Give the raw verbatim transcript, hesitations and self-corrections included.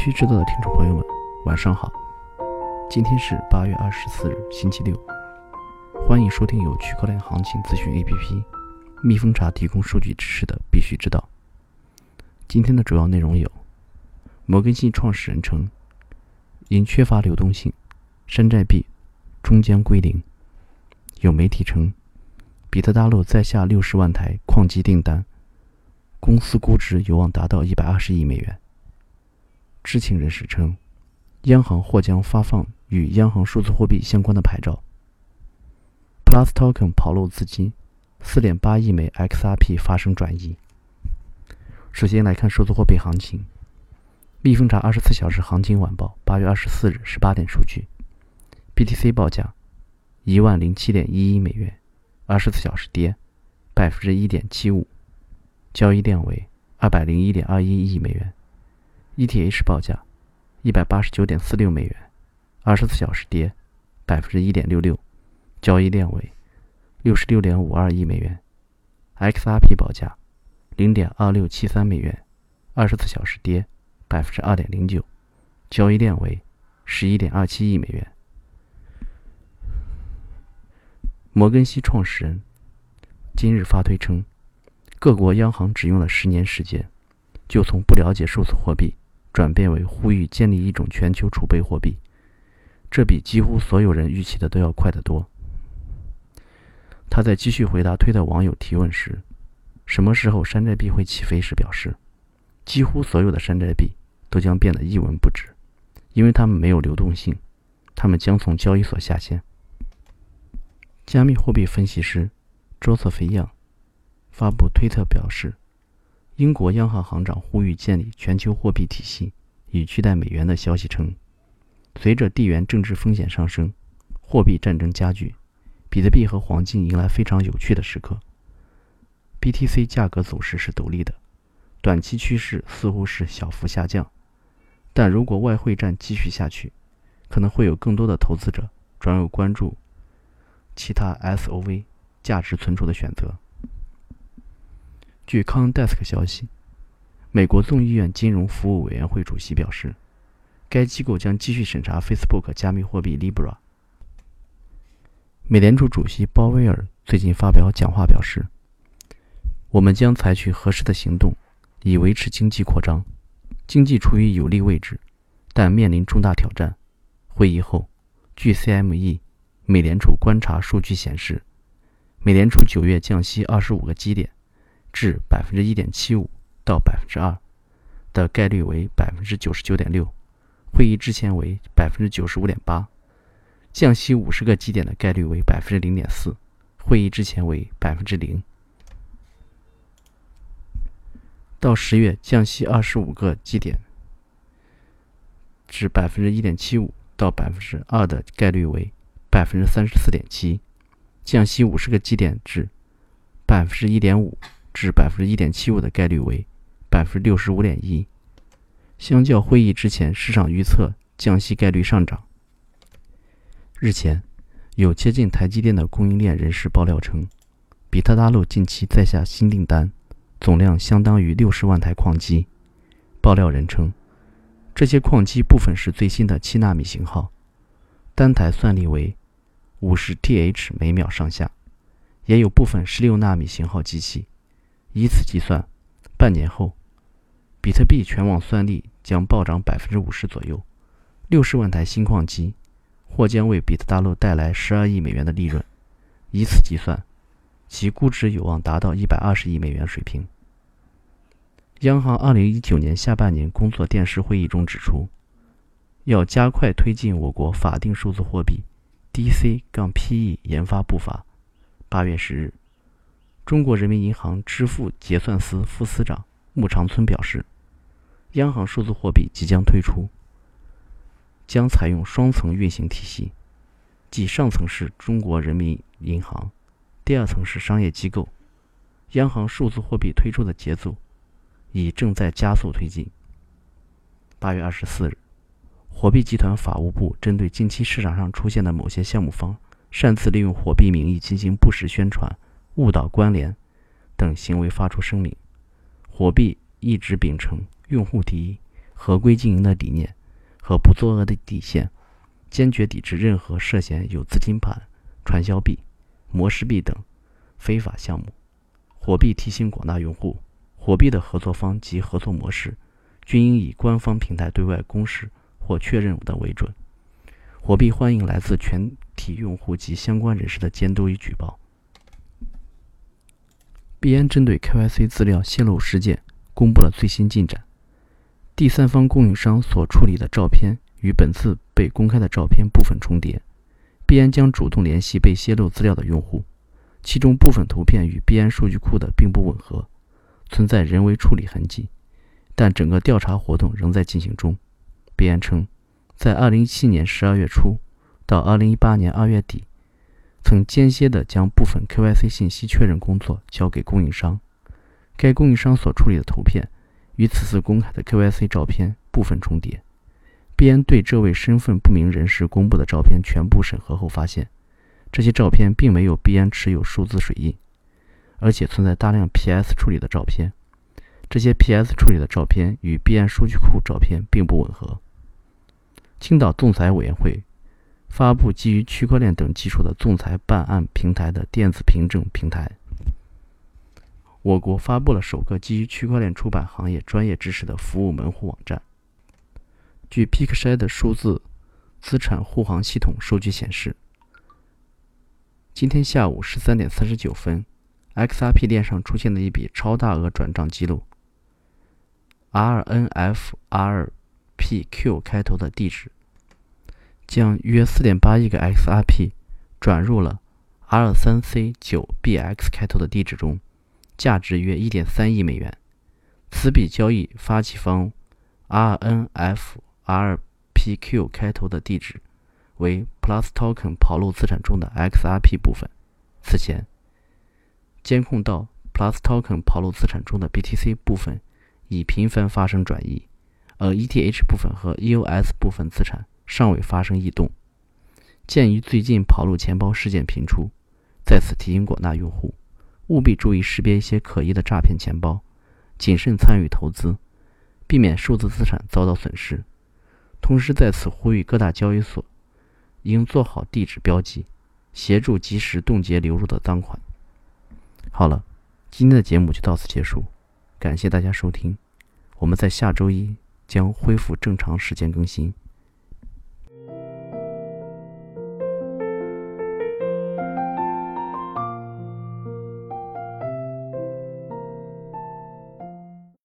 须知道的听众朋友们，晚上好。今天是八月二十四日，星期六。欢迎收听由区块链行情咨询 A P P 蜜蜂茶提供数据知识的必须知道。今天的主要内容有：摩根系创始人称，因缺乏流动性，山寨币终将归零。有媒体称，比特大陆再下六十万台矿机订单，公司估值有望达到一百二十亿美元。知情人士称，央行或将发放与央行数字货币相关的牌照。Plus Token 跑路资金 四点八亿枚 X R P 发生转移。首先来看数字货币行情。蜜蜂茶二十四小时行情晚报八月二十四日十八点数据 B T C 报价一万零七点一一美元，二十四小时跌 百分之一点七五， 交易量为二百零一点二一亿美元。E T H 报价一百八十九点四六美元，二十四小时跌 百分之一点六六， 交易量为六十六点五二亿美元。 X R P 报价 零点二六七三美元，二十四小时跌 百分之二点零九， 交易量为十一点二七亿美元。摩根系创始人今日发推称，各国央行只用了十年时间，就从不了解数字货币转变为呼吁建立一种全球储备货币，这比几乎所有人预期的都要快得多。他在继续回答推特网友提问时，什么时候山寨币会起飞时表示，几乎所有的山寨币都将变得一文不值，因为它们没有流动性，它们将从交易所下线。加密货币分析师 Joseph Yang 发布推特表示，英国央行行长呼吁建立全球货币体系以取代美元的消息称，随着地缘政治风险上升，货币战争加剧，比特币和黄金迎来非常有趣的时刻。B T C 价格走势是陡立的，短期趋势似乎是小幅下降，但如果外汇战继续下去，可能会有更多的投资者转而关注其他 S O V 价值存储的选择。据 CoinDesk 消息，美国众议院金融服务委员会主席表示，该机构将继续审查 Facebook 加密货币 Libra。 美联储主席鲍威尔最近发表讲话表示，我们将采取合适的行动以维持经济扩张，经济处于有利位置，但面临重大挑战。会议后，据 C M E 美联储观察数据显示，美联储九月降息二十五个基点至 百分之一点七五 到 百分之二 的概率为 百分之九十九点六， 会议之前为 百分之九十五点八， 降息五十个基点的概率为 百分之零点四， 会议之前为 百分之零。 到十月降息二十五个基点至 百分之一点七五 到 百分之二 的概率为 百分之三十四点七， 降息五十个基点至 百分之一点五 至 百分之一点七五 的概率为 百分之六十五点一。 相较会议之前市场预测降息概率上涨。日前，有接近台积电的供应链人士爆料称，比特大陆近期再下新订单，总量相当于六十万台矿机。爆料人称，这些矿机部分是最新的七纳米型号，单台算力为五十 T H 每秒上下，也有部分十六纳米型号机器。以此计算，半年后，比特币全网算力将暴涨 百分之五十 左右，六十万台新矿机或将为比特大陆带来十二亿美元的利润。以此计算，其估值有望达到一百二十亿美元水平。央行二零一九年下半年工作电视会议中指出，要加快推进我国法定数字货币 D C P E 研发步伐。八月十日，中国人民银行支付结算司副司长穆长春表示，央行数字货币即将推出，将采用双层运行体系，即上层是中国人民银行，第二层是商业机构。央行数字货币推出的节奏已正在加速推进。八月二十四日，火币集团法务部针对近期市场上出现的某些项目方擅自利用火币名义进行不实宣传、误导关联等行为发出声明。火币一直秉承用户第一、 合规经营的理念和不作恶的底线，坚决抵制任何涉嫌有资金盘、传销币、模式币等非法项目。火币提醒广大用户，火币的合作方及合作模式均应以官方平台对外公示或确认的为准。火币欢迎来自全体用户及相关人士的监督与举报。币安针对 K Y C 资料泄露事件公布了最新进展。第三方供应商所处理的照片与本次被公开的照片部分重叠，币安将主动联系被泄露资料的用户，其中部分图片与币安数据库的并不吻合，存在人为处理痕迹，但整个调查活动仍在进行中。币安称，在二零一七年十二月初到二零一八年二月底，曾间歇地将部分 K Y C 信息确认工作交给供应商，该供应商所处理的图片与此次公开的 K Y C 照片部分重叠。币安对这位身份不明人士公布的照片全部审核后发现，这些照片并没有币安持有数字水印，而且存在大量 P S 处理的照片，这些 P S 处理的照片与币安数据库照片并不吻合。青岛仲裁委员会发布基于区块链等技术的仲裁办案平台的电子凭证平台。我国发布了首个基于区块链出版行业专业知识的服务门户网站。据 PeakShy 的数字资产护航系统数据显示，今天下午十三点三十九分 ，X R P 链上出现了一笔超大额转账记录 ，R N F R P Q 开头的地址，将约 四点八亿个 X R P 转入了 R三 C 九 B X 开头的地址中，价值约 一点三亿美元。此笔交易发起方 R N F R P Q 开头的地址为 Plus Token 跑路资产中的 X R P 部分。此前，监控到 Plus Token 跑路资产中的 B T C 部分已频繁发生转移，而 E T H 部分和 E O S 部分资产尚未发生异动。鉴于最近跑路钱包事件频出，在此提醒广大用户，务必注意识别一些可疑的诈骗钱包，谨慎参与投资，避免数字资产遭到损失。同时在此呼吁各大交易所应做好地址标记，协助及时冻结流入的赃款。好了，今天的节目就到此结束，感谢大家收听，我们在下周一将恢复正常时间更新。